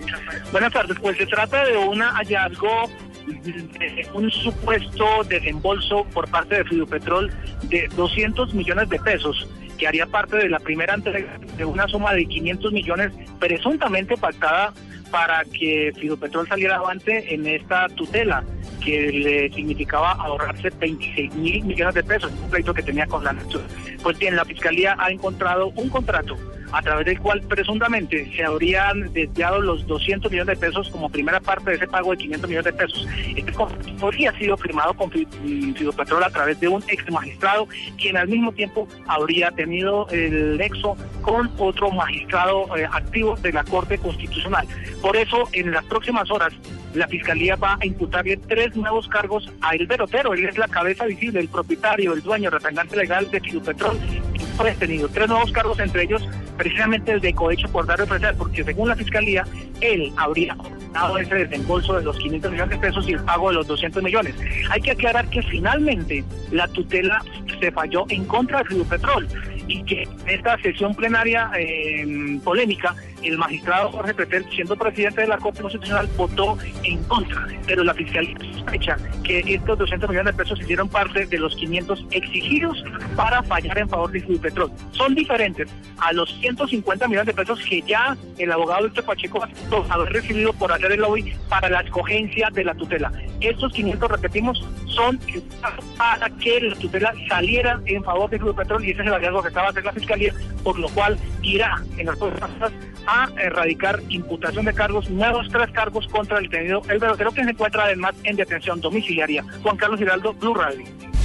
Buenas tardes, pues se trata de un hallazgo de un supuesto desembolso por parte de Fidupetrol de 200 millones de pesos, que haría parte de la primera entrega de una suma de 500 millones presuntamente pactada para que Fidupetrol saliera avante en esta tutela, que le significaba ahorrarse 26 mil millones de pesos, un pleito que tenía con la Nación. Pues bien, la Fiscalía ha encontrado un contrato a través del cual presuntamente se habrían desviado los 200 millones de pesos como primera parte de ese pago de 500 millones de pesos. Este contrato habría sido firmado con Fidupetrol a través de un ex magistrado, quien al mismo tiempo habría tenido el nexo con otro magistrado activo de la Corte Constitucional. Por eso, en las próximas horas, la Fiscalía va a imputarle 3 nuevos cargos a Elber Otero. Él es la cabeza visible, el propietario, el dueño, el representante legal de Fidupetrol. Ha tenido 3 nuevos cargos, entre ellos precisamente el de cohecho por dar represar, porque según la Fiscalía, él habría dado ese desembolso de los 500 millones de pesos y el pago de los 200 millones. Hay que aclarar que finalmente la tutela se falló en contra de Fidupetrol y que en esta sesión plenaria polémica, el magistrado Jorge Pretel, siendo presidente de la Corte Constitucional, votó en contra, pero la Fiscalía sospecha que estos 200 millones de pesos hicieron parte de los 500 exigidos para fallar en favor de Fidupetrol. Son diferentes a los 150 millones de pesos que ya el abogado Víctor Pacheco aceptó haber recibido por hacer el lobby para la escogencia de la tutela. Estos 500, repetimos, son para que la tutela saliera en favor de Fidupetrol, y ese es el hallazgo que acaba de hacer la Fiscalía, por lo cual irá en las próximas horas a erradicar imputación de cargos, nuevos 3 cargos contra el detenido Elber Otero, que se encuentra además en detención domiciliaria. Juan Carlos Giraldo, Blue Radio.